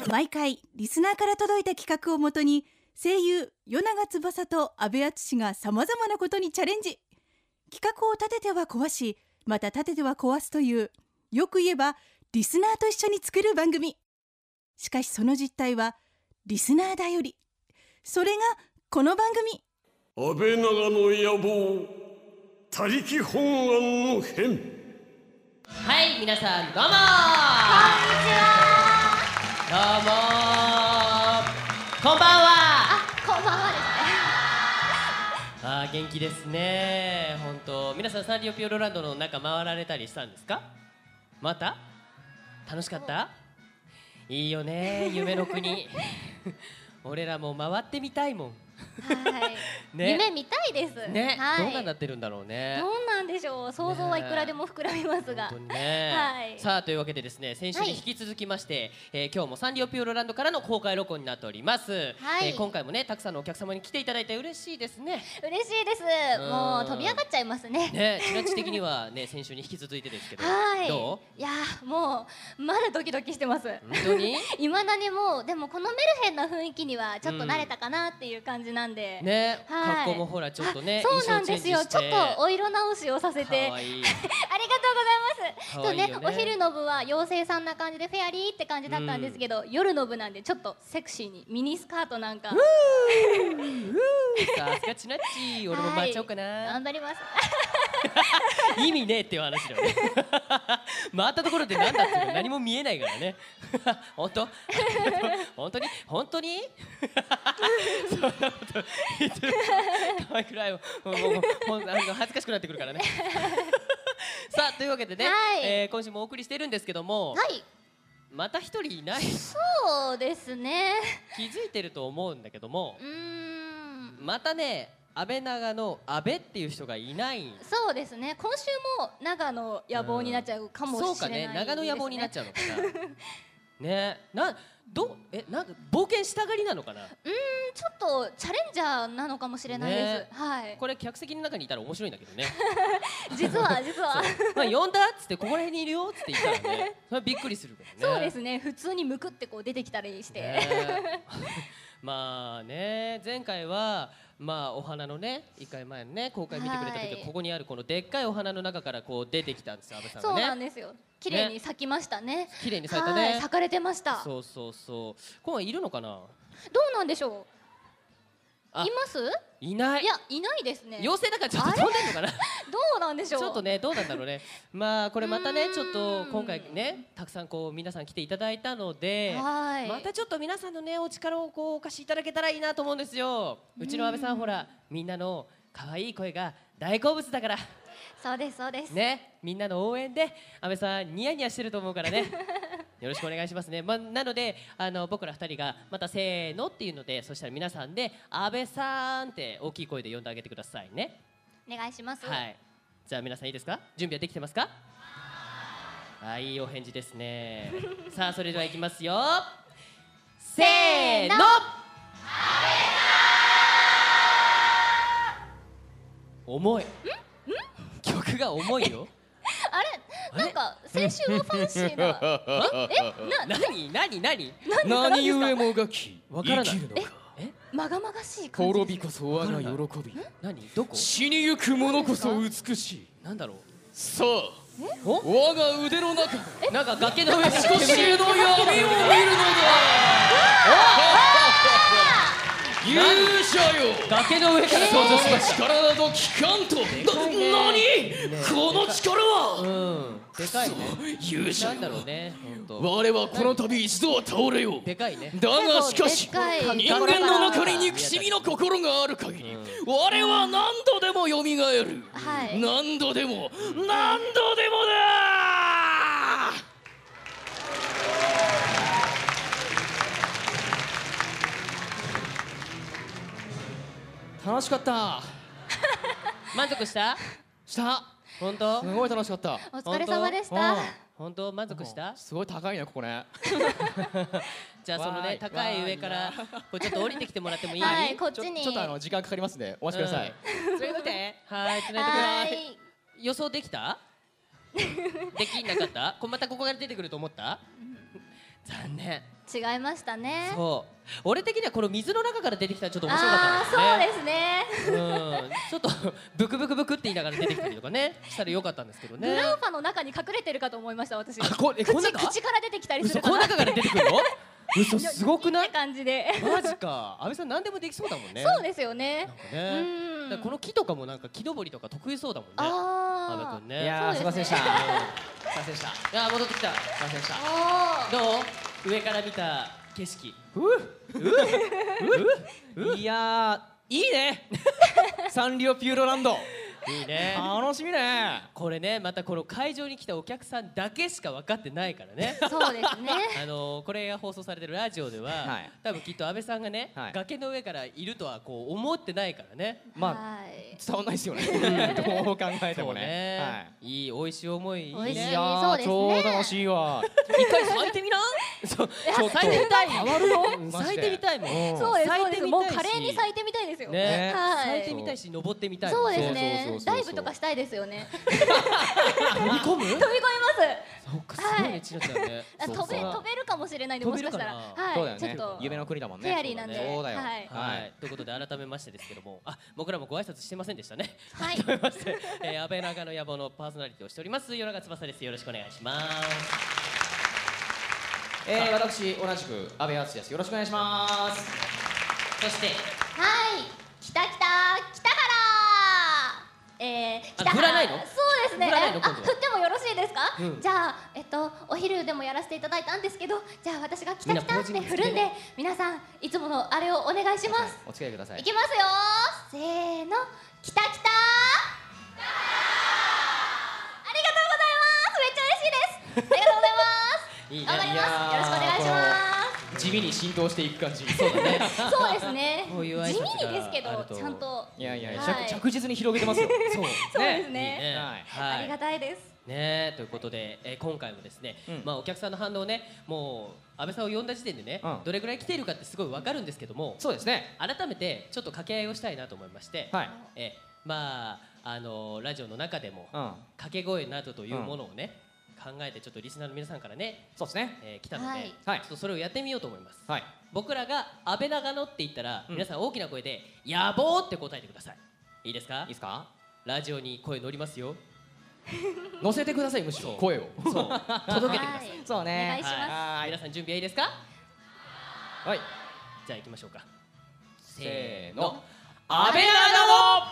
毎回リスナーから届いた企画をもとに声優与永翼と阿部淳がさまざまなことにチャレンジ。企画を立てては壊し、また立てては壊すという、よく言えばリスナーと一緒に作る番組。しかしその実態はリスナーだより。それがこの番組、 安倍長の野望他力本願の変。 はい、皆さんどうもー。どうもー。こんばんは。 こんばんはですね。 元気ですね。本当、皆さんサンリオピューロランドの中回られたりしたんですか？また？楽しかった？いいよね、夢の国。俺らも回ってみたいもん。 はい、ね、夢見たいですね、 はい、 どんなになってるんだろうね。 どうなんでしょう。想像はいくらでも膨らみますが、 本当にね、 はい、 さあというわけでですね、先週に引き続きまして、今日もサンリオピューロランドからの公開録音になっております、 はい、 今回もねたくさんのお客様に来ていただいて嬉しいですね。 嬉しいです。もう飛び上がっちゃいますね。 ね、ちなち的にはね先週に引き続いてですけど、 はい、 どう？ いやもうまだドキドキしてます。 本当に？ 未だにもうでもこのメルヘンな雰囲気にはちょっと慣れたかなっていう感じなんで、 ね、 はい、 格好もほらちょっとね、 そうなんですよ。ちょっとお色直しをさせて、 かわいい。 ありがとうございます。とね、お昼の部は妖精さんな感じでフェアリーって感じだったんですけど、夜の部なんでちょっとセクシーにミニスカートなんか。 さすがちなっち、俺も回っちゃおうかな。 頑張ります。 意味ねえっていう話だよね。回ったところで何だっていうの何も見えないからね。本当？本当に？本当に？そんなこと言ってる。可愛くないよ。もう恥ずかしくなってくるからね。さあというわけでね、はい、今週もお送りしているんですけども、はい、また一人いない。 そうですね。 気づいてると思うんだけども、またね。安倍長の安倍っていう人がいない。 そうですね。今週も長野野望になっちゃうかもしれない、 そうかね、長野野望になっちゃうのかな。ね、なんか冒険したがりなのかな。 ちょっとチャレンジャーなのかもしれないです。はい。 これ客席の中にいたら面白いんだけどね。 実は。 まあ呼んだっつってここら辺にいるよっつって言ったらね、それびっくりするからね。 そうですね。普通にむくってこう出てきたりして。 まあね、前回はまあお花のね1回前のね公開見てくれた時はここにあるこのでっかいお花の中からこう出てきたんですよ、安倍さんがね。 そうなんですよ。綺麗に咲きましたね。 綺麗に咲いたね。 咲かれてました。 そうそうそう。今いるのかな。 どうなんでしょう。います？ いない。 いや、いないですね。 妖精だからちょっと飛んでんのかな。 どうなんでしょう。 ちょっとね、どうなんだろうね。まあこれまたね、ちょっと今回ね、たくさんこう皆さん来ていただいたので、またちょっと皆さんのねお力をこうお貸しいただけたらいいなと思うんですよ。うちの安倍さんほらみんなの可愛い声が大好物だから。 そうですそうです。 ね、みんなの応援で安倍さんニヤニヤしてると思うからね。よろしくお願いしますね。まあ、なので僕ら2人がまたせーのっていうので、そしたら皆さんで安倍さんって大きい声で呼んであげてくださいね。 お願いします。 はい。じゃあ皆さんいいですか？準備はできてますか？いいお返事ですね。さあそれではいきますよ。せーの。重い。曲が重いよ。 あれ、なんか先週はファンシーな。 何故もがきわからない。 生きるのか。 まがまがしい感じ。 滅びこそ我が喜び。 何？どこ？ 死にゆく者こそ美しい。 なんだろう。 さあ、我が腕の中。 なんか崖の上から少しの闇を見るのだ。勇者よ。 崖の上から登場しました。 力など聞かんと。何？この力は。 でかいね。 勇者よ。 なんだろうね。 我はこの度一度は倒れよう。 でかいね。 だがしかし人間の中に憎しみの心がある限り、我は何度でも蘇る。何度でもだ。楽しかった。 満足した？本当？ すごい楽しかった。 お疲れ様でした。 本当満足した？ すごい高いねここね。 じゃあそのね高い上からこれちょっと降りてきてもらってもいい？ はい、こっちに。 ちょっと時間かかりますね。お待ちください。 つないでて。はい、つないでください。予想できた？できなかった？またここから出てくると思った？ 残念。 違いましたね。 そう俺的にはこの水の中から出てきたらちょっと面白かったああ、 んですそうですね。 ね。ちょっとブクブクブクって言いながら出てきたりとかねしたらよかったんですけどね。 グランファの中に隠れてるかと思いました私。 こん中口から出てきたりするかこのな。 中から出てくるの？嘘すごくない？ って感じで。 マジか。安倍さん何でもできそうだもんね。 そうですよね。 なんかね。だからこの木とかもなんか木登りとか得意そうだもんね。 あ安倍君ね。 いやー、すいませんでした。すいませんでした。 いやー戻ってきた。 すいませんでした。 どう？上から見た景色。 いやー、いいね。サンリオピューロランド。 いいね。 楽しみね。 これね、またこの会場に来たお客さんだけしか分かってないからね。 そうですね。 これが放送されてるラジオでは、 はい、 多分きっと安倍さんがね、 はい、 崖の上からいるとはこう思ってないからね。 まあ、伝わんないですよね。どう考えてもね。 はい、いい美味しい思いいいね。 いやー、超楽しいわ。 一回咲いてみな。そう咲いてみたい。 変わるの？ 咲いてみたいもん。 そうですそうです。 咲いてみたいしもう華麗に咲いてみたいですよ。 ね。 はい。 咲いてみたいし登ってみたい。 そうですね。ダイブとかしたいですよね。 飛び込む？ 飛び込みます。 そっか、すごいね、ちなちゃんね。 飛べるかもしれないんで、もしかしたら、はい、ちょっと夢の国だもんね。 フェアリーなんで、 そうだよ。 はい。ということで改めましてですけども、僕らもご挨拶してませんでしたね。 はい。 改めまして、安倍長の野望のパーソナリティをしております夜長翼です。よろしくお願いします。 私同じく安倍敦です。よろしくお願いします。 そして、 はい、北原。 振らないの？ そうですね。振ってもよろしいですか？じゃあお昼でもやらせていただいたんですけど、じゃあ私が北北って振るんで、皆さんいつものあれをお願いします。 お付き合いください。 いきますよ。せーの、北。ありがとうございます。めっちゃ嬉しいです。ありがとうございます。 いいね。 頑張ります。よろしくお願いします。 地味に浸透していく感じ。 そうだね。 そうですね。 こういう挨拶が地味にですけど、ちゃんと。 いや着実に広げてますよ。 そうですね。 ありがたいです。 ね、ということで、今回もですね、お客さんの反応ね、もう安倍さんを呼んだ時点でね、どれぐらい来ているかってすごいわかるんですけども、 そうですね。 改めてちょっと掛け合いをしたいなと思いまして、ラジオの中でも掛け声などというものをね考えて、ちょっとリスナーの皆さんからね、 そうですね、 来たので、ちょっとそれをやってみようと思います。 はい。 僕らが安倍長野って言ったら、皆さん大きな声で野望って答えてください。いいですか？ いいですか？ ラジオに声乗りますよ。 乗せてください、むしろ声を。 そう、届けてください。 そうね。 お願いします。 皆さん準備はいいですか？ はい。 じゃあ行きましょうか。 せーの。 安倍長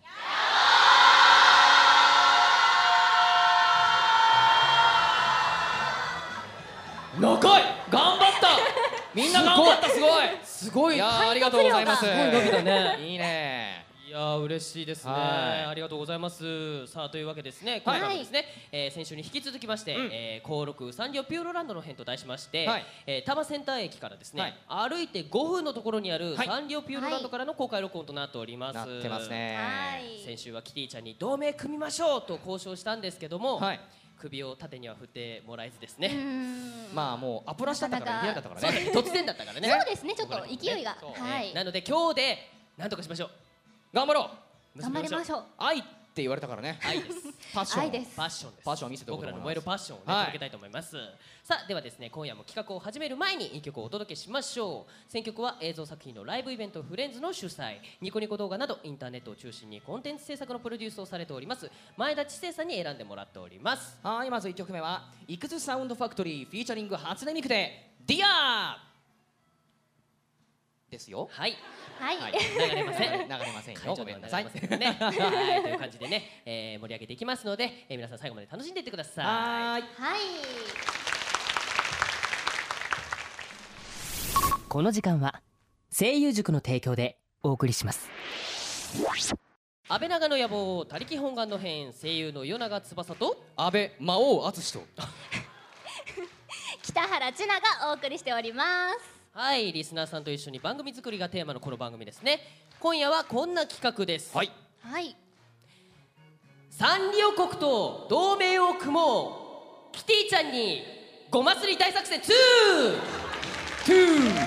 野。長い。頑張った。みんな頑張った。すごい。すごい。いやありがとうございます。 すごい伸びたね。 いいね。 いや嬉しいですね。ありがとうございます。さあというわけですね、今回もですね、先週に引き続きまして、登録サンリオピューロランドの編と題しまして、多摩センター駅からですね、歩いて5分のところにあるサンリオピューロランドからの公開録音となっております。 なってますね。 先週はキティちゃんに同盟組みましょうと交渉したんですけども、首を縦には振ってもらえずですね。 まあもうアプラシだったから、嫌だったからね。 突然だったからね。 そうですね、ちょっと勢いが。 なので今日でなんとかしましょう。 頑張ろう。 頑張りましょう。 愛って言われたからね。 愛です。 パッション。 愛です。 パッションです。 パッションを見せて僕らの燃えるパッションを届けたいと思います。さあではですね、今夜も企画を始める前に1曲をお届けしましょう。選曲は映像作品のライブイベントフレンズの主催、ニコニコ動画などインターネットを中心にコンテンツ制作のプロデュースをされております前田知世さんに選んでもらっております。 はい、まず1曲目はイクズサウンドファクトリーフィーチャリング初音ミクでディアーですよ。 はい。 はい。 流れません。 流れませんよ。ごめんなさい。 ね。はい、という感じでね、盛り上げていきますので、皆さん最後まで楽しんでいってください。 はい。 この時間は声優塾の提供でお送りします。安倍長の野望他力本願の編、声優の与永翼と安倍魔王淳と北原千奈がお送りしております。 はい、リスナーさんと一緒に番組作りがテーマのこの番組ですね。今夜はこんな企画です。 はい。 サンリオ国と同盟を組もう、キティちゃんにごますり大作戦2。 2です。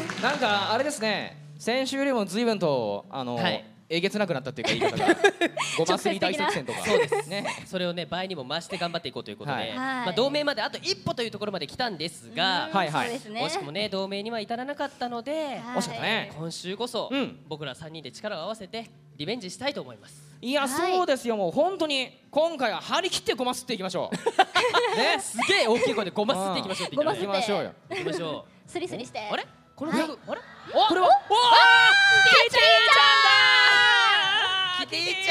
これ大事です。2です。 なんかあれですね、先週よりも随分とえげつなくなったっていうか言い方がごますり大作戦とかそうですね。 それをね倍にも増して頑張っていこうということで、 はいまあ同盟まであと一歩というところまで来たんですが、 はいはいそうですね。 惜しくもね同盟には至らなかったので、 はい惜しかったね。 今週こそうん僕ら3人で力を合わせてリベンジしたいと思います。 いや、 はいそうですよ。もう本当に今回は張り切ってごますっていきましょう。ね、 すげえ大きい声でごますっていきましょうって言ったらね行きましょうよ。 行きましょスリスリして。 う。あれこのはい曲あれこれはキティちゃんだキティちゃん。 キテ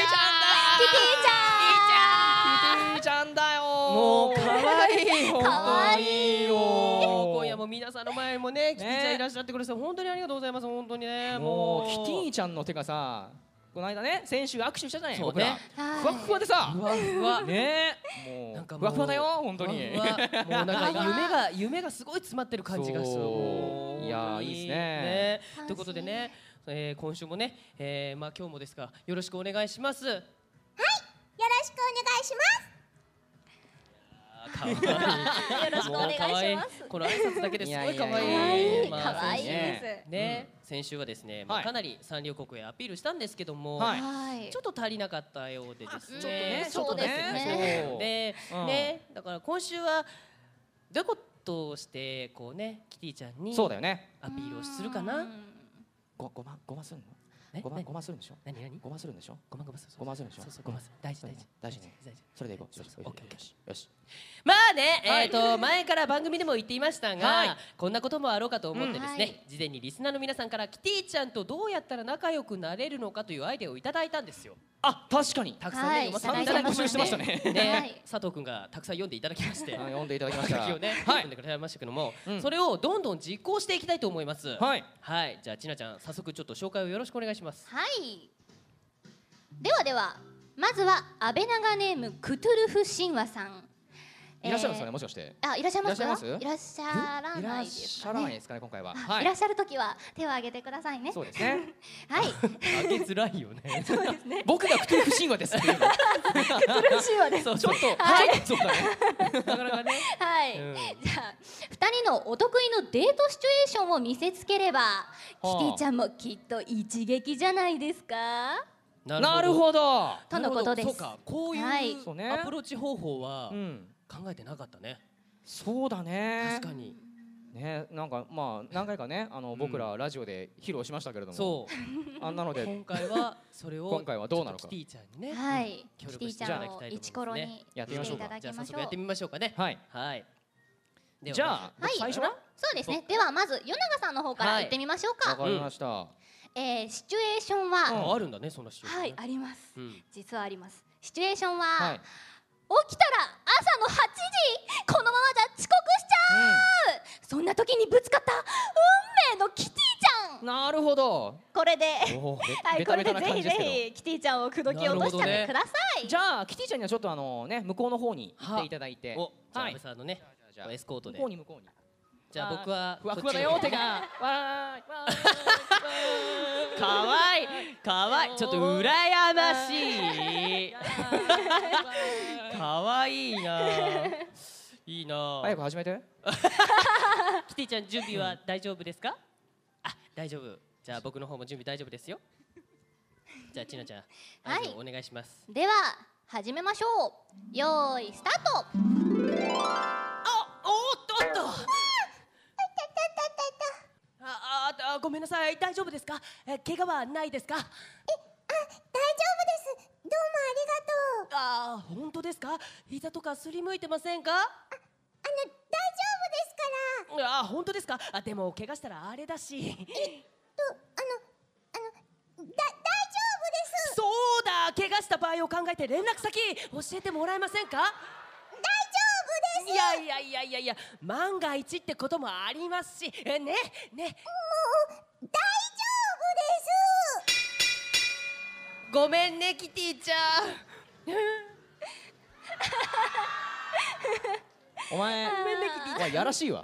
ィちゃんだよ。 もう可愛い本可当に愛いもう今夜も皆さんの前にもねキティちゃんいらっしゃってくれて本当にありがとうございます本当にねもうもうキティちゃんの手がさ、この間ね、先週握手したじゃない。 そう僕らねふわっふわでさ、 ふわふわね、もうなんかもうふわふわだよ本当に。 ふわふわもうなんか夢がすごい詰まってる感じがするそうもういやー本当にいいですねということでね今週もねまあ今日もですがよろしくお願いします。 よろしくお願いします可愛い。 よろしくお願いしますもう可愛いこの挨拶だけですごい可愛い。 いやいやいやまあ可愛い先で週ね、先週はですね、まあはいかなりサンリオ国へアピールしたんですけども、 はいす。はいちょっと足りなかったようでですね。 ちょっとねそうですねそうで、 うんね、だから今週はどういうことをしてこうね、キティちゃんにそうだよね。 アピールをするかな。 ごまするの？ え何ごまするんでしょ？ 何何？ ごまするんでしょ？ ごまごまする。 ごまするんでしょ？ そうそうごまする。大事大事大事ね。 大事。 それでいこう。 そうそうよしオッケーオッケーよしよし。 まあね、 はい前から番組でも言っていましたが、 はいこんなこともあろうかと思ってですね、 うんはい事前にリスナーの皆さんからキティちゃんとどうやったら仲良くなれるのかというアイデアをいただいたんですよ。 あ、確かに。 たくさんね、 はい読ませていただきまして、 散々募集してましたねね佐藤くんがたくさん読んでいただきまして、 はい読んでいただきました。 書きをね、 はい読んでくれましたけども、 うんそれをどんどん実行していきたいと思います。 はい。 はい、じゃあちなちゃん早速ちょっと紹介をよろしくお願いします。 はい。ではまずは安倍長ネームクトゥルフ神話さん。 いらっしゃるんですかね、もしかして。 あ、いらっしゃいますか？ いらっしゃいますいらっしゃらいらっないですしかね。 ゃらないですかね、今回は。 いらっしゃるときは手を挙げてくださいね。 そうですね。 はい。 あげづらいよね。 僕がクトゥルフ神話ですっていうの。 神話です。 そうちょっと、 はいちょっとそうだね。 なかなかね。 はい。 うんじゃあ2人のお得意のデートシチュエーションを見せつければ、キティちゃんもきっと一撃じゃないですか？ なるほど。 とのことです。 そうか、こういうはいそうねアプローチ方法はうん。 考えてなかったね。 そうだね。 確かに。 ね、なんかまあ何回かね、僕らラジオで披露しましたけれども。 そう。 あんなので。 今回はそれを今回はどうなのかちょっとキティちゃんにね。 はい。 協キティち力していただきゃんをたいと思いますねイチコロにやってみましょうかいただじゃあきましょう早速やって。みましょうかね。 はい。 はい。ではじゃあ、 はい僕最初は。 そうですね。ではまず与永さんの方からはい行ってみましょうか。 わかりました。 シチュエーションは、 あるんだね、そんなシチュエーションねはい、あります。 うん実はあります。シチュエーションは、 はい。 起きたら朝の8時、このままじゃ遅刻しちゃう、そんな時にぶつかった運命のキティちゃん。 なるほど。 これで、 おーはい、これでベタベタなぜひぜ感じですけどひキティちゃんを口説き落としちゃってください。 じゃあキティちゃんにはちょっとね向こうの方に行っていただいて。 お、じゃあはい安倍。さんのね、 じゃあエスコートで向こうに向こうに。 じゃあ僕はふわふわだよ手が。わーいわーい。 かわいいかわいいちょっと羨ましいかわいいないいな早く始めて。 キティちゃん準備は大丈夫ですか？あ、大丈夫。じゃあ僕の方も準備大丈夫ですよ。じゃあちなちゃん、 はい合図をお願いします。 では始めましょう。よーいスタート。 あ、おっとっと。ごめんなさい。大丈夫ですか？怪我はないですか？ 大丈夫ですどうもありがとう本当ですか？膝とかすりむいてませんか？ 大丈夫ですから本当ですか？でも怪我したらあれだし。 大丈夫ですそうだ、怪我した場合を考えて連絡先教えてもらえませんか？ 大丈夫ですいや、万が一ってこともありますし、ね。 大丈夫ですごめんね、キティちゃん。 お前。お前やらしいわ。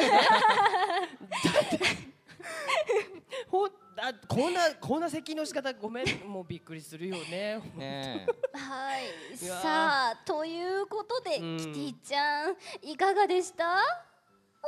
こんな咳の仕方ごめん、もうびっくりするよね。 ねはい、 いやーさあということで、 うんキティちゃんいかがでした？ どうも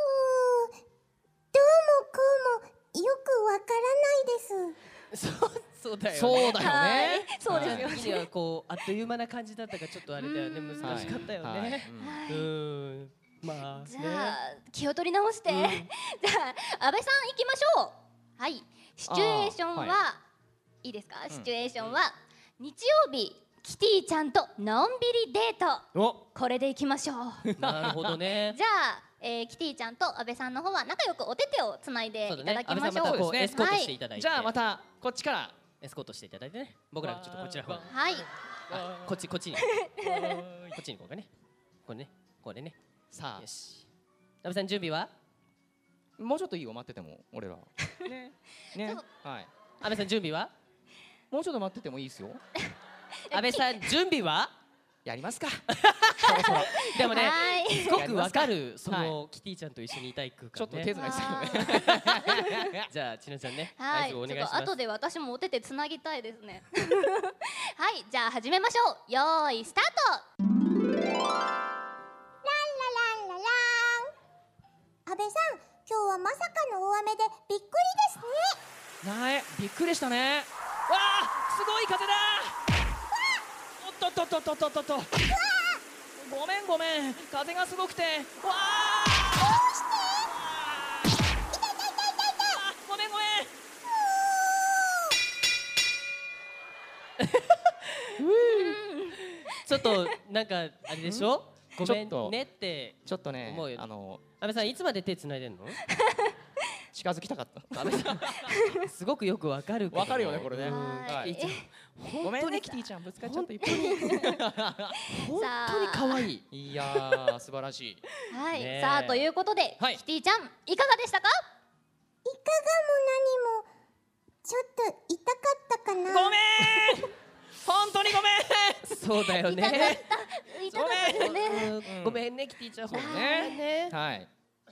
こうもよくわからないですそうだよね。 そうだよはいね。 そうですよ時にはこうあっという間な感じだったからちょっとあれだよね、難しかったよはいはいね。まあじゃあ気を取り直して、じゃあ安倍さん行きましょう。はい、シチュエーションは、いいですか？シチュエーションは、日曜日キティちゃんとのんびりデート、 お、 これで行きましょう。 なるほどね。 じゃあ、キティちゃんと安倍さんの方は仲良くお手手をつないでいただきましょう。 安倍さんまたこうそうですねエスコートしていただいて、 じゃあまたこっちからエスコートしていただいてね。僕らちょっとこちらの方に、 はい、 こっちにこっちに行こうかね。これね。 さよし。安倍さん準備は？ あもうちょっといいよ、待ってても俺らねはい、 安倍さん準備は？ もうちょっと待っててもいいですよ。 安倍さん準備は？ やりますか。 でもね、 はいすごくわかる、そのキティちゃんと一緒にいたい空ちょっと間ね。 手つないですよね。 じゃあちなちゃんね、 はい、 合図をおちょ願いします。 っと後で私もお手手つなぎたいですね。はい、じゃあ始めましょう。よーいスタート。 ランラランララン。安倍さん、今日はまさかの大雨でびっくりですね。 ね、びっくりしたね。わあ、すごい風だ。おっとっとっとっとっとっとっと。ごめんごめん、風がすごくて。わあ。どうして？痛い痛い痛い痛い痛い。ごめんごめん。 ちょっとなんかあれでしょ？ごめんちょっとねってちょっとね、 思うよ。 安安倍さんいつまで手つないでんの？ 近づきたかった。 安倍さんすごくよくわかるけど。 わかるよねこれね。 はいキティちゃんごめんねキティちゃん、ぶつかっちゃった。 本当に可愛い。 いやー、素晴らしい。 はい、 ねえさあということで、 はいキティちゃんいかがでしたか？ いかがも何もちょっと痛かったかな。 ごめん。本当にごめん。 そうだよね。 痛かったですね。 ごめんねキティちゃん。 そうほんとね。はい。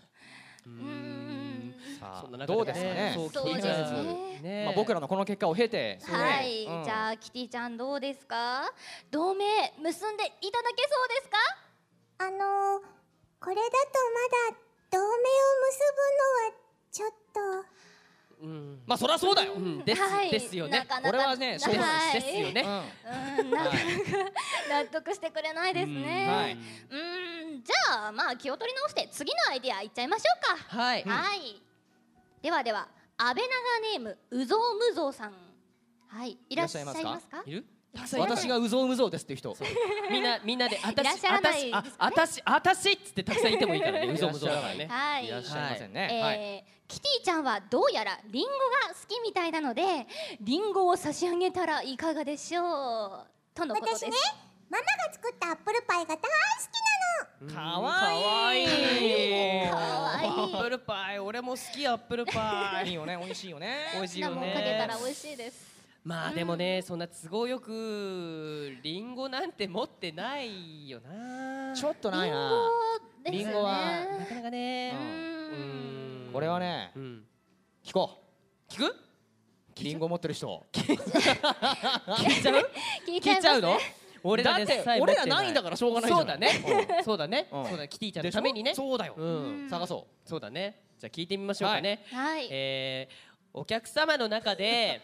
さあ、 そんな中でどうですかね。 そうそうですね。 まあ僕らのこの結果を経て、 はい、 うんじゃあキティちゃんどうですか？同盟結んでいただけそうですか？ これだとまだ同盟を結ぶのはちょっと。 まあそりゃそうだよ。 はいですよね。 なかなか俺はね、しょうがないですよね。 なかなか納得してくれないですね。 はいじゃあまあ気を取り直して次のアイデアいっちゃいましょうか。 はい。 はい。ではでは安倍長ネームうぞうむぞうさん、はいいらっしゃいますか？ いる？ 私がうぞうむぞうですっていう人。 みんなでいらっしゃらない私っつってたくさんいてもいいからね。うぞうむぞうだからね。 はいいらっしゃいませんね。はい。 キティちゃんはどうやらリンゴが好きみたいなのでリンゴを差し上げたらいかがでしょうとのことです。 私ね、ママが作ったアップルパイが大好きなの。 かわいい。 かわいいアップルパイ、俺も好きアップルパイ。 いいよね、美味しいよね。 美味しいよシナモンかけたねら。美味しいです。 まあでもね、そんな都合よくリンゴなんて持ってないよな。 ちょっとないな。 リンゴですね。 リンゴはなかなかね。 これはね、聞こう。 聞く？ リンゴ持ってる人。 聞いちゃう？ 聞い聞いちゃうの？俺だって俺らないんだからしょうがないじゃん。 そうだね。そうだね。 うんそうだ、キティちゃんのためにね。 そうだよ。探そそうだね。じゃあ聞いてみましょうかね。 はい。 お客様の中で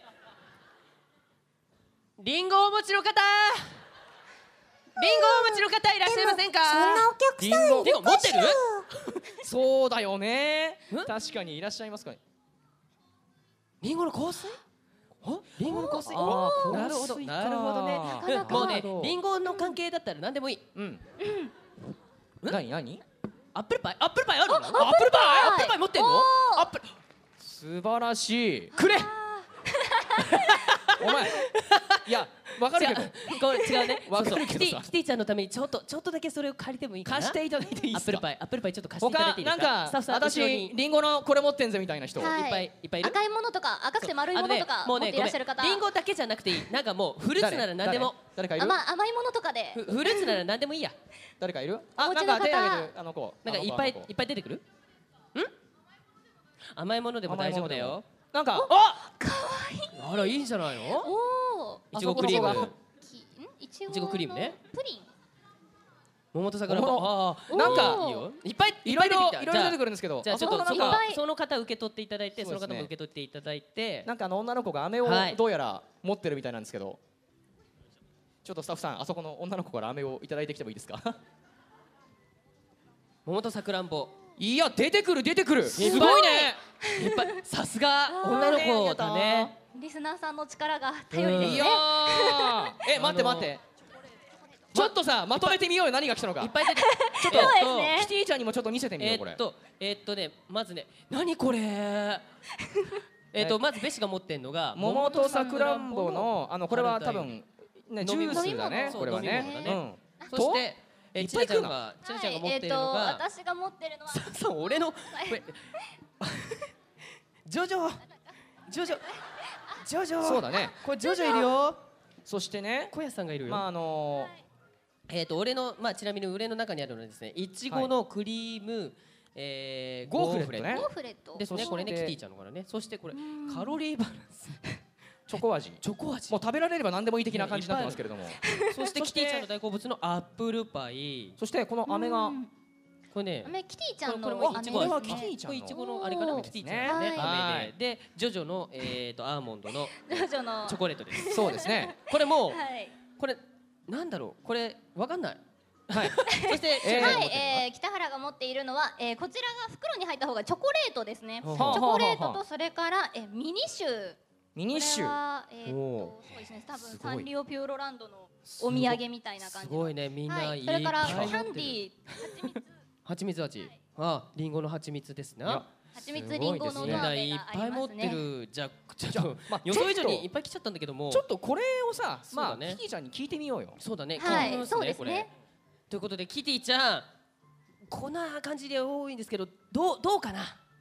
リンゴをお持ちの方、リンゴをお持ちの方いらっしゃいませんか？ そんなお客さんいるリンゴ持ってる？ う。そうだよね。確かにいらっしゃいますかね。 リンゴの香水？リンゴの香水？ あーなるほど、 香水かなるほどね。 なかなかもうね、リンゴの関係だったら何でもいい。 何？ アップルパイあるの？アップルパイアップルパイ持ってんの？アップル素晴らしい。くれ。お前。いや、わかるけど。 これ違うね。 わかるけどさキティちゃんのためにちょっとだけそれを借りてもいいかな？ 貸していただいていいですか？ アップルパイちょっと貸していただいていいですか？ 他なんかスタッフさん後ろ私にリンゴのこれ持ってんぜみたいな人。 はいいっぱいいる？ 赤いものとか赤くて丸いものとか持っていらっしゃる方、 リンゴだけじゃなくていい。なんかもうフルーツなら何でも。 誰かいる？ 甘いものとかで。 フルーツなら何でもいいや。 誰かいる？ おなんか家の方手挙げるあの子。 なんかいっぱい出てくる？甘いものでも大丈夫だよ。 なんかあらいいんじゃないの？ おお。 いちごクリーム。 いちいちごクリームね。 プリン。 桃と桜んぼ。ああ、 なんかいいよ。いっぱいいろいろ出てきた。 出てくるんですけど、 じゃあちょっとなんかその方受け取っていただいて、そのそうですね方も受け取っていただいて。 なんか女の子が飴をはいどうやら持ってるみたいなんですけど、ちょっとスタッフさんあそこの女の子から飴をいただいてきてもいいですか？ 桃と桜んぼ。 いや出てくる出てくる。 ぱいすごいね。 いっぱい。さすが女の子だね。 リスナーさんの力が頼りですねいやー待って待って。ちょっとさまとめてみようよ、何が来たのか。 いっぱい出て。ちょっそうですねキティちゃんにもちょっと見せてみようこれ。 ね、まずね、何これ。まずベシが持ってんのが桃とさくらんぼのこれは多分ねジュー飲み物スだね、 そうこれは飲み物だねね。 そしていっちなちゃんぱい来るなが持ってるのが、 私が持ってるのはそう俺のこれジョジョそうだね。 これジョジョいるよ。 そしてね、 小安さんがいるよ。 まあ俺のちなみに上の中にあるのはですね、いちごのクリームゴーフレットねゴーフレットですね。これねキティちゃんのからね。そしてこれカロリーバランスチョコ味。 チョコ味。 もう食べられれば何でもいい的な感じになってますけれども。 そしてキティちゃんの大好物のアップルパイ。 そしてこの飴がこれね。 キティちゃんのこれもいちご味。 これはキティちゃんのこれいちごのあれかな、キティちゃんのねはい飴で、ジョジョのアーモンドのジョジョのチョコレートです。 そうですね。 これもうはいこれなんだろう、これわかんない。 はい。 そしてはい、北原が持っているのは、こちらが袋に入った方がチョコレートですね。チほうョほうコレートとそれからミニシュ。 ミニッシュ。 これはおそうですね。多分すごいサンリオピューロランドのお土産みたいな感じの。 すごいね、みんなはい、それからキいっぱい持ってるャンディー、 蜂蜜味。あ、リンゴの蜂蜜ですね。 蜂蜜リンゴのおみん鍋ないっがあぱい持ってりますね。 る。じゃあちょっとまあ予想以上ちょっとにいっぱい来ちゃったんだけども。 ちょっとこれをさ、まあそうだねキティちゃんに聞いてみようよ。 そうだね。 はい聞いてみますそうですねこれ。ということでキティちゃん、こんな感じで多いんですけど、どうかな。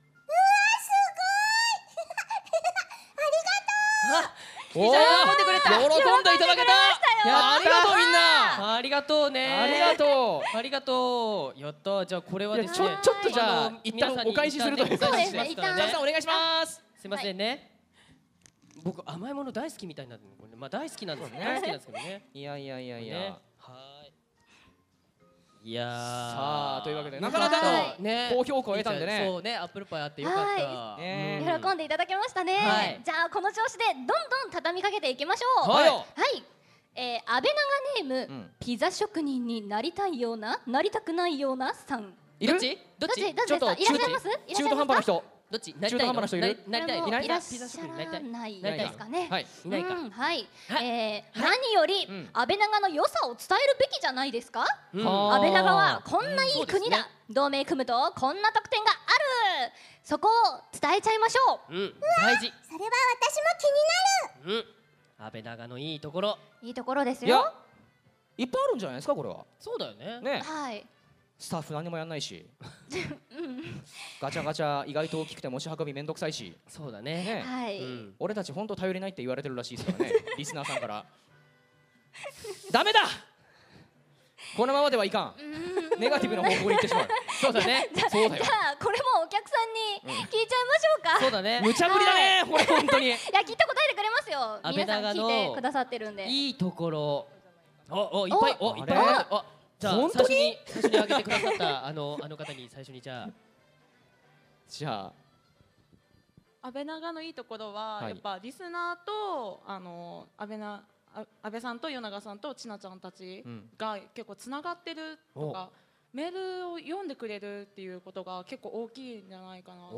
おキティちゃん喜んでくれた。 喜んでいただけた。ありがとうみんな。 ありがとうね。 ありがとう。 ありがとう。やった。じゃあこれはですね。 ちょっとじゃあ一旦皆さんにお返しするというそうですお返ししますからねスタッフさんお願いします。 すいませんね。僕甘いもの大好きみたいなんで、これまあ大好きなんですね。 そうね大好きなんですけどね。 いやいやいやいや。 ねはーい。いやー。 さあというわけでよなかなかのね高評価を得たんでねそうね、アップルパイあってよかった。 ねうん喜んでいただけましたね。 はいじゃあこの調子でどんどん畳みかけていきましょう。 はいはい。安倍長ネーム、 うんピザ職人になりたいような、なりたくないようなさん。 いる？ どっち？どっち？ どっちちょっとですか？いらっしゃいます？ 中途半端な人。 どっち？なり中途たい半端な人いる？ なりたい。 これもいないいらっしピザ職人なりたゃらい。 ないなりたいですかね。 はい。 いないか。 はい。 はい何よりうん安倍長の良さを伝えるべきじゃないですか？ うんはあ安倍長はこんないい国だ、 そうですね同盟組むとこんな特典がある、そこを伝えちゃいましょう。 うん。大事。 それは私も気になる。 うん。安倍長のいいところ。 いいところですいやよ。 いっぱいあるんじゃないですかこれは。 そうだよね。 ね。 はい。 スタッフ何もやんないし。ガチャガチャ意外と大きくて持ち運びめんどくさいし。 そうだね。 ね。 はい。 うん。 俺たち本当頼りないって言われてるらしいですからねリスナーさんからダメだこのままではいかんネガティブな方向に行ってしまうそうだね。 そうだよじゃあこれもお客さんに聞いちゃいましょうか。 そうだね。 無茶ぶりだねこれ本当にいやきっと答えてくれますよ。 安倍皆さん長の聞いてくださってるんで。 いいところ。いっぱい、いっぱいあれある。じゃあ本当に最初に挙げてくださったあの方に最初にじゃあ。 じゃあ安倍長のいいところは、 はいやっぱリスナーと安倍さんと与永さんと千奈ちゃんたちうんが結構つながってるとか、メールを読んでくれるっていうことが結構大きいんじゃないかなと思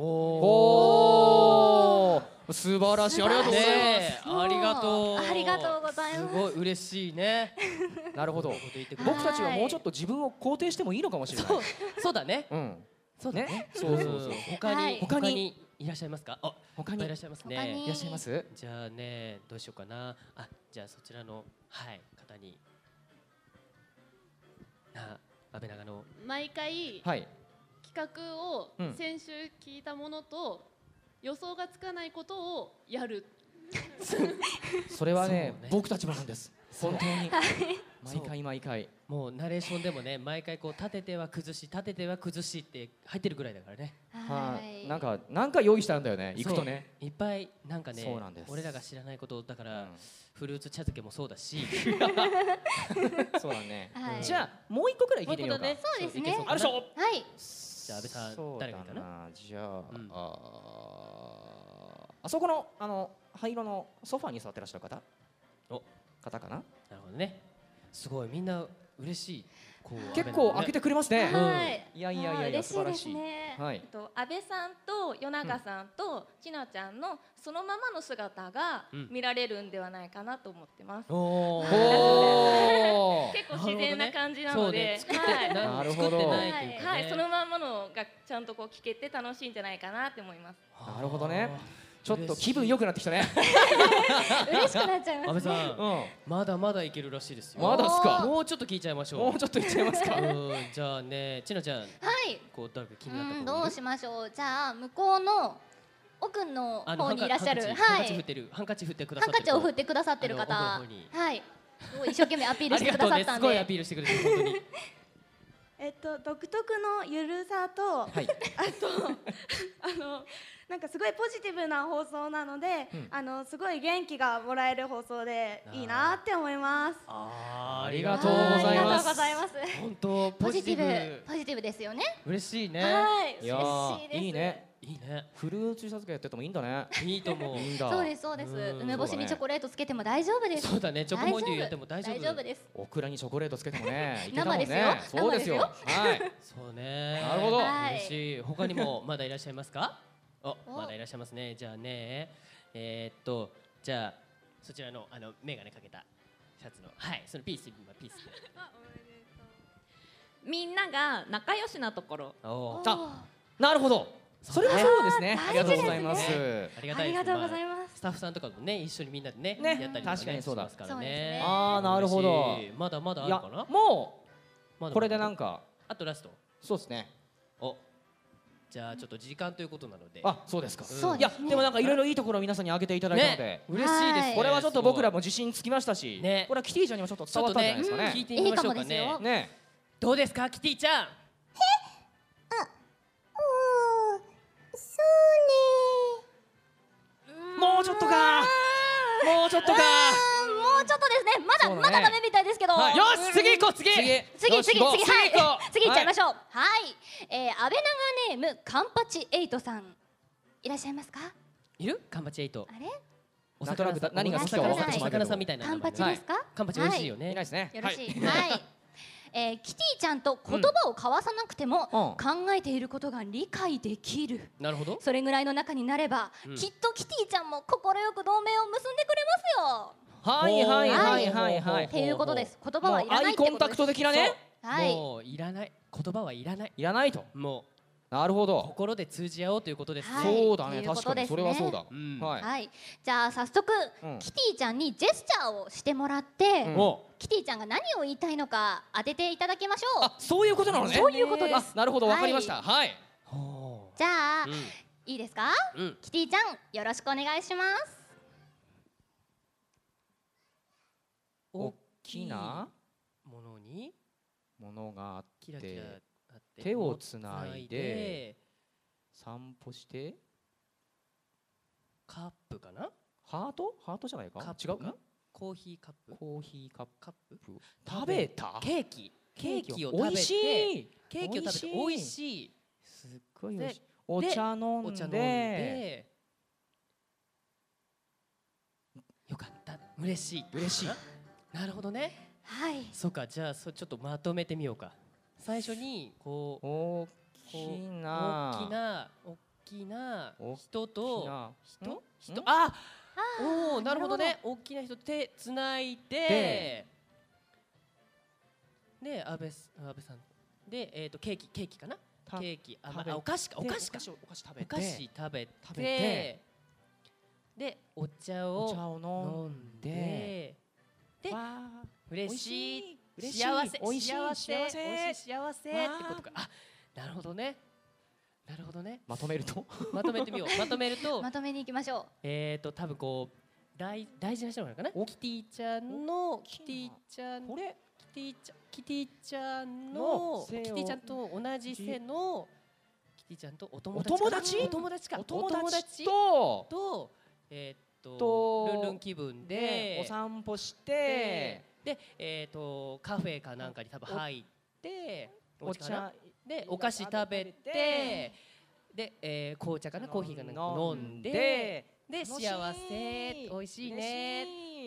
おー素晴らしいありがとうございねえありがとう。 ありがとうございますすごい嬉しいね。 ますなるほどこういうこと言ってくれて僕たちはもうちょっと自分を肯定してもいいのかもしれないそうだね。 うんそうだねね。そうそうそうはい他にいらっしゃいますか。 他にいらっしゃいます他にね。 いらっしゃいますじゃあね、どうしようかな。じゃあそちらのはい方に。安倍長の毎回はい企画をうん先週聞いたものと予想がつかないことをやる。 それはねそうね僕たちもなんです本当に毎回毎回もうナレーションでもね毎回こう立てては崩し立てては崩しって入ってるぐらいだからね。 はいなんか用意してあるんだよね行くとね。 いっぱいなんかねそうなんです俺らが知らないことだから、フルーツ茶漬けもそうだしそうだね。 はいじゃあもう一個くらい聞いてみようか。 そうですね。 あるでしょ。 はい。 じゃあ安倍さん誰がいいかな。 じゃああそこの灰色のソファーに座ってらっしゃる方かな。 なるほどね。すごいみんな嬉しい。こう結構開けてくれますね。 はいいやいやいやいや素晴らしい。 はい。安倍さんと与永さんとちなちゃんのそのままの姿が見られるんではないかなと思ってます。 おお。 結構自然な感じなので、 なるほど。 はい、そのままのがちゃんとこう聞けて楽しいんじゃないかなって思います。 なるほどね。ちょっと気分良くなってきたね。 嬉しくなっちゃいますね。 安倍さん、まだまだいけるらしいですよ。 まだっすか。 もうちょっと聞いちゃいましょう。 もうちょっと言っちゃいますか。 じゃあね、ちなちゃん。はい。こう誰か気になったどうしましょう。じゃあ向こうの奥の方にいらっしゃる、 ハンカチ振ってる、ハンカチ振ってくださってる。 ハンカチを振ってくださってる方、はい。一生懸命アピールしてくださったんで。 すごいアピールしてくれて本当に。 独特のゆるさと、あとなんかすごいポジティブな放送なので、すごい元気がもらえる放送でいいなって思います。 ありがとうございます。 ありがとうございます。 本当ポジティブですよね。 嬉しいね。 はい。 いやいいね。 いいね。 フルーツ茶漬けやっててもいいんだね。 いいと思う。 そうですそうです。梅干しにチョコレートつけても大丈夫です。 そうだね。チョコフォンデュやっても大丈夫。 大丈夫です。 オクラにチョコレートつけてもね。 生ですよ。 そうですよ。はい。 そうね。 なるほど。 嬉しい。他にもまだいらっしゃいますか？まだいらっしゃいますね。じゃあね、じゃあそちらのメガネかけたシャツのそのピースで。 みんなが仲良しなところ。 なるほど。それはそうですね。ありがとうございます。 ありがたいです。 ありがとうございます。 スタッフさんとかもね一緒にみんなでねやったり確かにそうだからね。 ああなるほど。 まだまだあるかな。 もうこれでなんかあとラスト。 そうですね。 じゃあちょっと時間ということなので。 あ、そうですか。いやでもなんかいろいろいいところを皆さんに挙げていただいたので嬉しいです。 これはちょっと僕らも自信つきましたし、これはキティちゃんにもちょっと伝わったんじゃないですかね。 聞いてみましょうかね。 ね、 どうですかキティちゃん。 もうちょっとか。もうちょっとか。 もうちょっとですね。まだダメみたいですけど。 よし次行こう次行っちゃいましょう。はい。安倍長ネームカンパチエイトさんいらっしゃいますか？ いる？カンパチエイト。 あれ？ なんとなく何が好きか分かってしまうけど。 魚さんみたいな。 カンパチですか？ カンパチ美味しいよね。 いないですね。 よろしい。はい。キティちゃんと言葉を交わさなくても考えていることが理解できる。 なるほど。 それぐらいの仲になればきっとキティちゃんも快く同盟を結んでくれますよ。 はい。 っていうことです。言葉はいらないってことです。 アイコンタクト的なね。 もういらない。言葉はいらない。 いらないと。 もう。 なるほど。 心で通じ合おうということです。 そうだね。確かにそれはそうだ。 はい。じゃあ早速キティちゃんにジェスチャーをしてもらってキティちゃんが何を言いたいのか当てていただきましょう。 あ、そういうことなのね。 そういうことです。 なるほど、わかりました。はい。 じゃあいいですか？キティちゃんよろしくお願いします。 大きなものにものがあって。 手手をつないで散歩してカップかな？ ハート？ハートじゃないか？違う？ コーヒーカップ？ コーヒーカップ？食べた？ ケーキを食べて美味しい。 ケーキを食べて美味しい。 すっごい美味しい。お茶飲んでよかった。嬉しい。なるほどね。 はい。 そうか、じゃあちょっとまとめてみようか。最初にこう大きな人とおおなるほどね。大きな人と手つないでで安倍さんでケーキかな。ケーキお菓子食べてでお茶を飲んでで嬉しい。幸せってことか。あ、なるほどね。 まとめるとまとめてみよう。まとめるとまとめに行きましょう。 多分こう大事な人なのかな。キティちゃんのキティちゃんのキティちゃんと同じ背のキティちゃんとお友達とルンルン気分でお散歩してでカフェかなんかに多分入ってお茶でお菓子食べてで紅茶かなコーヒーかなんか飲んでで幸せ美味しいね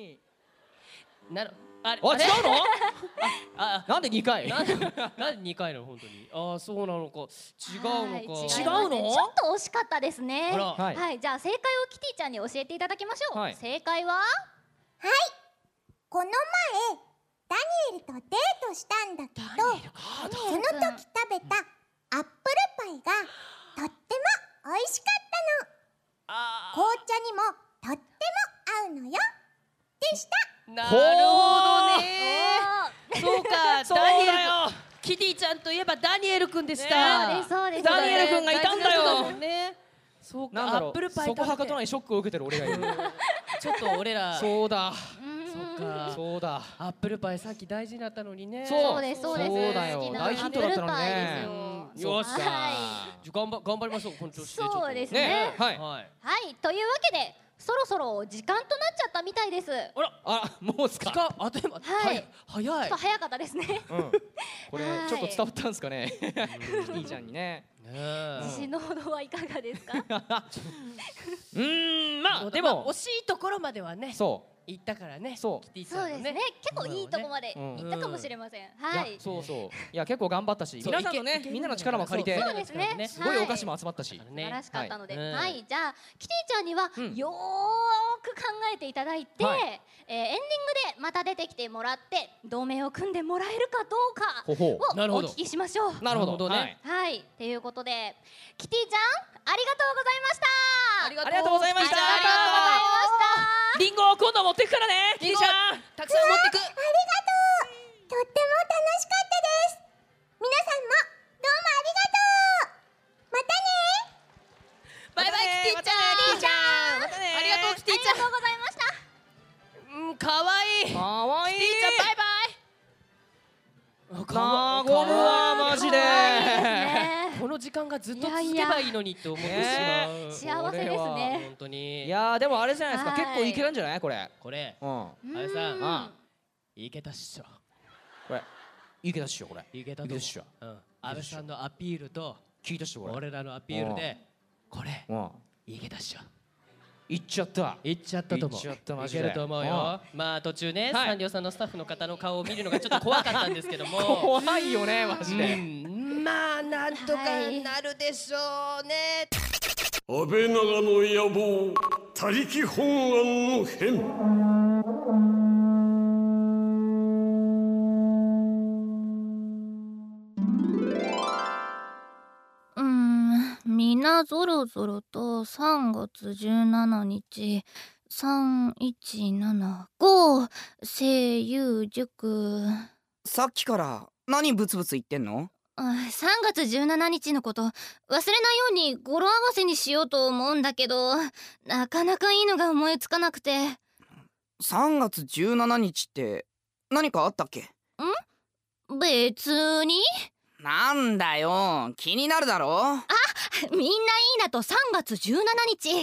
あれ違うのあなんで2回なんで2回なの本当に。ああそうなのか。違うのか。 違うの。ちょっと惜しかったですね。はい、じゃあ正解をキティちゃんに教えていただきましょう。正解はこの前ダニエルとデートしたんだけど、その時食べたアップルパイがとっても美味しかったの。紅茶にもとっても合うのよでした。 なるほどね。そうか。 そうだよ。 キティちゃんといえばダニエルくんでした。 そうです。 ダニエルくんがいたんだよ。 そうか。 なんだろう。そこはかとないショックを受けてる俺がいる。 ちょっと俺ら。 そうだ。 そうだ。アップルパイさっき大事だったのにね。 そうです。 そうだよ。大ヒントだったのにね。 よし。頑張りましょう。この調子で。 そうですね。 はい。 というわけで。そろそろ時間となっちゃったみたいです。 もうですか。 時間あっという間。早い。 ちょっと早かったですね。 これちょっと伝わったんですかね。キティちゃんにね。 自信のほどはいかがですか。 まあでも惜しいところまではね。行ったからね。 そうですね。結構いいとこまで行ったかもしれません。はい。 そう。いや結構頑張ったし、皆さんのねみんなの力も借りて、 そうですね。 すごいお菓子も集まったし、 素晴らしかったので、はい。じゃあキティちゃんにはよーく考えていただいて、エンディングでまた出てきてもらって同盟を組んでもらえるかどうかをお聞きしましょう。 なるほどね。 はい。ということでキティちゃんありがとうございました。 ありがとうございました。リンゴを今度持ってくからね。キティちゃんたくさん持ってく。 ありがとう。とっても楽しかったです。皆さんもどうもありがとう。またね。 バイバイキティちゃん。ありがとうキティちゃん。 ありがとうございました。 かわいい。 かわいい。 キティちゃんバイバイ。 和むわマジで。 この時間がずっと続けばいいのにって思ってしまう。 幸せですね。 本当に。 いやでもあれじゃないですか。結構いけるんじゃないこれ。 あれさん。いけたっしょ。 これいけたっしょこれ。 いけたっしょ。安倍さんのアピールと聞いたっしょこれ。 俺らのアピールでこれいけたっしょ。 いっちゃったと思う。 いけると思うよ。まあ途中ねサンリオさんのスタッフの方の顔を見るのがちょっと怖かったんですけども。 怖いよねマジで。 まあなんとかなるでしょうね。 安倍長の野望他力本願の変。 みんなぞろぞろと3月17日3175声優塾。 さっきから何ブツブツ言ってんの ？3月17日のこと忘れないように語呂合わせにしようと思うんだけど、なかなかいいのが思いつかなくて。 3月17日って何かあったっけ？ 別に。 なんだよ気になるだろ。 みんないいなと3月17日これかも。ありがとう。じゃ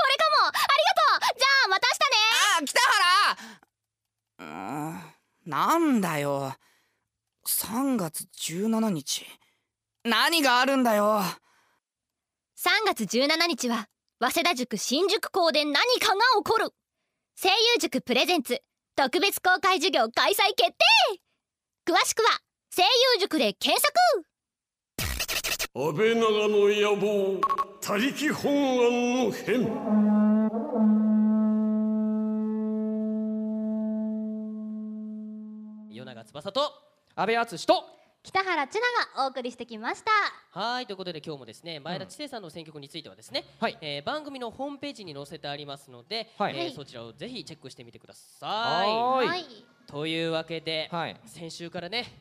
あまた明日ね。北原なんだよ3月17日何があるんだよ。 3月17日は早稲田塾新宿校で何かが起こる。声優塾プレゼンツ特別公開授業開催決定。詳しくは声優塾で検索。 安倍長の野望他力本願の変。 与永翼と安倍敦と北原千奈がお送りしてきました。 はいということで今日もですね前田知世さんの選曲についてはですね、番組のホームページに載せてありますので、そちらをぜひチェックしてみてください。というわけで、先週からね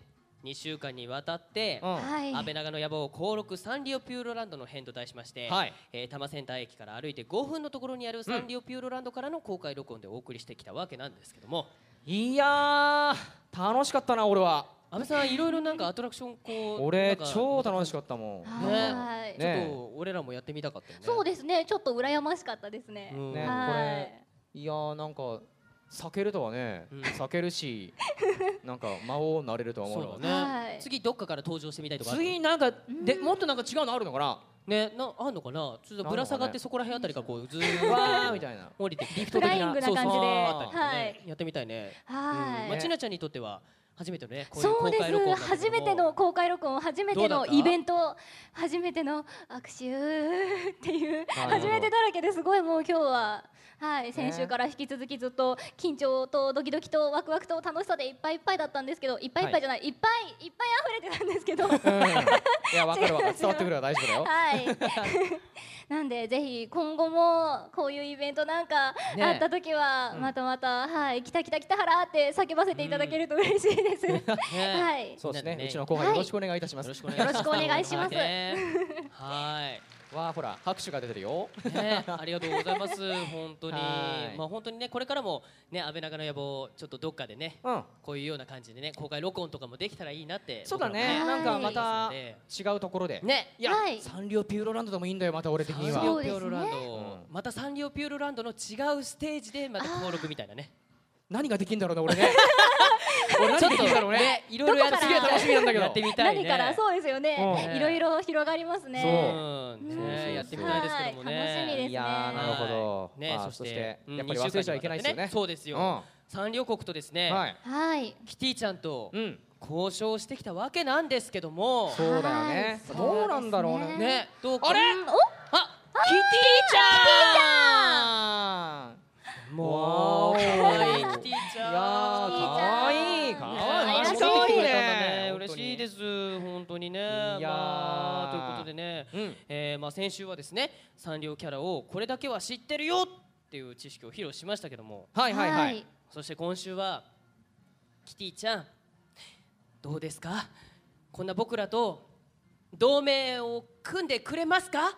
2週間にわたって、 はい安倍長の野望公録サンリオピューロランドの編と題しまして、 はい多摩センター駅から歩いて5分のところにあるサンリオピューロランドからの公開録音でお送りしてきたわけなんですけども、 いやー楽しかったな俺は。 安倍さんいろいろなんかアトラクションこう俺なんか超楽しかったもん。 はいちょっと俺らもやってみたかったよね。 そうですね、ちょっと羨ましかったですね。 うんねはいこれいやーなんか避けるとはね、避けるしなんか魔王になれるとは思うのそうだね。次どっかから登場してみたいとかある。 次なんかでもっとなんか違うのあるのかな。 ね、あんのかな。ちょっとぶら下がってそこら辺あたりからこうずーっとわーみたいな降りてリフフライングな感じではいやってみたいね。 はいまちなちゃんにとっては初めてのねこういうそうで公開録音す。初めての公開録音、初めてのイベント、初めての握手っていう初めてだらけですごいもう今日は。はい、先週から引き続きずっと緊張とドキドキとワクワクと楽しさでいっぱいいっぱいだったんですけど、いっぱいいっぱいじゃない、いっぱい溢れてたんですけど、 いやわかるわかる、伝わってくるわ、大丈夫だよ。 はいなんでぜひ今後もこういうイベントなんかあった時はまたまた、はい、来たはらって叫ばせていただけると嬉しいです。はい、 そうですね。うちの後輩よろしくお願いいたします。よろしくお願いします。 はい。 わあほら拍手が出てるよ。 ね、ありがとうございます。本当に、まあ本当にねこれからもね安倍長の野望ちょっとどっかでね、こういうような感じでね公開録音とかもできたらいいなって。 そうだね。なんかまた違うところで。 ね。 いやサンリオピューロランドでもいいんだよまた俺的には。 サンリオピューロランド、またサンリオピューロランドの違うステージでまた登録みたいなね。 何ができるんだろうね俺ね。俺ちょっと何できるんだろうね。 いろいろやってすげえ楽しみなんだけど。 やってみたいね。 何からそうですよね。いろいろ広がりますね。 そうねやってみたいですけどもね。 楽しみですね。 いやなるほど。 ねそしてやっぱり忘れちゃいけないですよね。 そうですよ。サンリオ国とですね。 はい。 キティちゃんと交渉してきたわけなんですけども。 そうだよね。どうなんだろうね。 ねどうか。 あれ？ あキティちゃん。もう可愛いキティちゃん。 いや可愛い可愛い。 可愛いね。嬉しいです本当にね。まあということでね、まあ先週はですねサンリオキャラをこれだけは知ってるよっていう知識を披露しましたけども。 はいはいはい。 そして今週はキティちゃんどうですか？こんな僕らと同盟を組んでくれますか？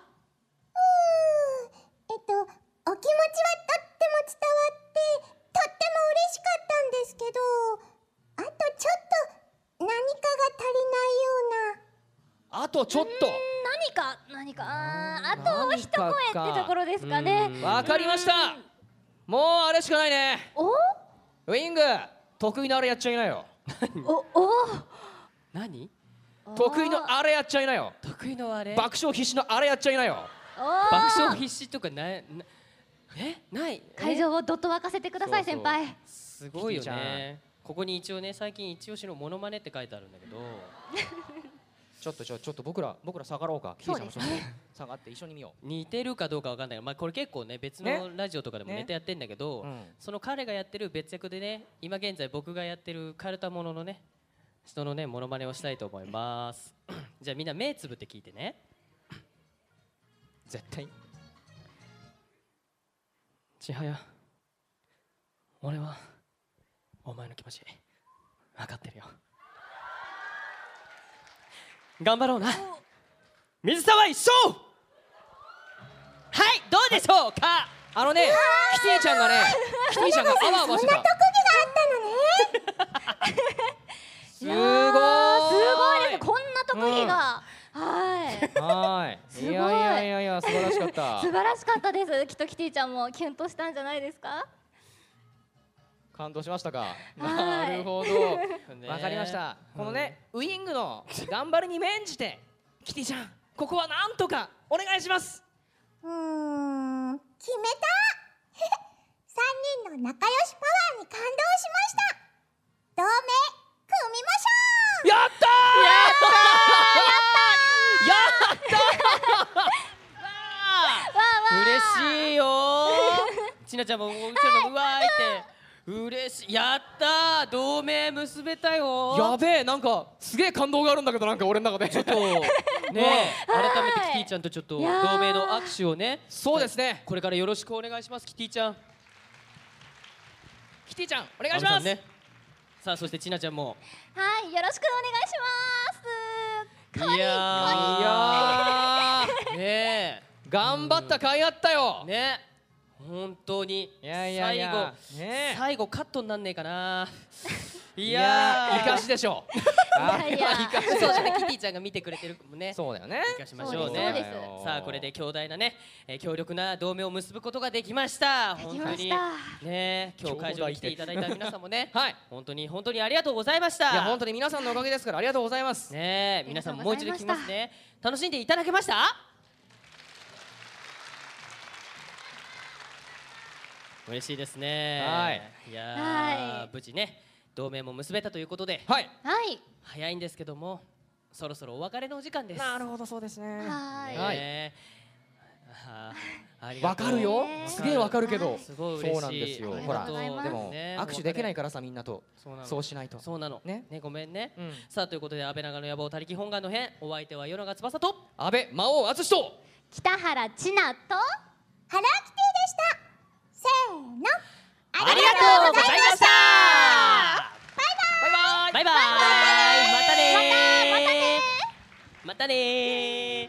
お気持ちはとっても伝わってとっても嬉しかったんですけど、あとちょっと何かが足りないような。 あとちょっと。 何かあと一声ってところですかね。 わかりました。もうあれしかないね。ウィング得意のあれやっちゃいなよ。 何？ 得意のあれやっちゃいなよ。 得意のあれ？ 爆笑必至のあれやっちゃいなよ。 爆笑必至とかない？ 会場をどっと沸かせてください先輩。 すごいよね。ここに一応ね最近一押しのモノマネって書いてあるんだけど。 ちょっと僕ら下がろうか。キティちゃんもちょっと下がって一緒に見よう。 似てるかどうかわかんない。まあこれ結構ね別のラジオとかでもネタやってんだけど、その彼がやってる別役でね今現在僕がやってるカルタモノのね人のねモノマネをしたいと思います。じゃあみんな目つぶって聞いてね。 絶対。 千早、俺はお前の気持ち分かってるよ。頑張ろうな水沢一生。はいどうでしょうか？ キティちゃんがあわあわしてた。 そんな特技があったのね。 すごいです。こんな特技が。 はい。いや素晴らしかった。 素晴らしかったです。きっとキティちゃんもキュンとしたんじゃないですか？ 感動しましたか。なるほど。わかりました。このねウイングの頑張りに免じてキティちゃんここはなんとかお願いします。 決めた。3人の仲良しパワーに感動しました。同盟組みましょう。 やった嬉しいよ。ちなちゃんもうちらのうわーいって嬉しい。やったー同盟結べたよ。 やべえなんかすげえ感動があるんだけどなんか俺の中で。 ちょっとね改めてキティちゃんとちょっと同盟の握手をね。 そうですね。 これからよろしくお願いしますキティちゃん。 キティちゃんお願いします。 さあそしてちなちゃんもはい、よろしくお願いします。 いやーねえ頑張った甲斐あったよ。 ね本当に最後カットになんねえかな。いやー、生かしでしょう。 そうだね、キティちゃんが見てくれてるもんね。 そうだよね。 生かしましょうね。さあこれで強大なね、強力な同盟を結ぶことができました。本当にね、今日会場に来ていただいた皆さんもね、本当にありがとうございました。 いや本当に皆さんのおかげですからありがとうございます。 ね、皆さんももう一度聞きますね。楽しんでいただけました？嬉しいですね。いや無事ね同盟も結べたということで、早いんですけどもそろそろお別れのお時間です。 なるほど、そうですね。 わかるよ。すげえわかるけど。 すごいそうなんですよ。ほら、でも握手できないからさみんなと。そうしないと。 そうなの。ね、ごめんね。さあということで安倍長の野望他力本願の編、お相手は与永翼と安倍魔王淳と北原千奈と原キティでした。せーの、 ありがとうございました。バイバイ。またね。またね。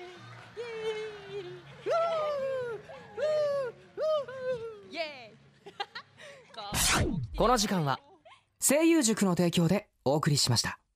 この時間は声優塾の提供でお送りしました。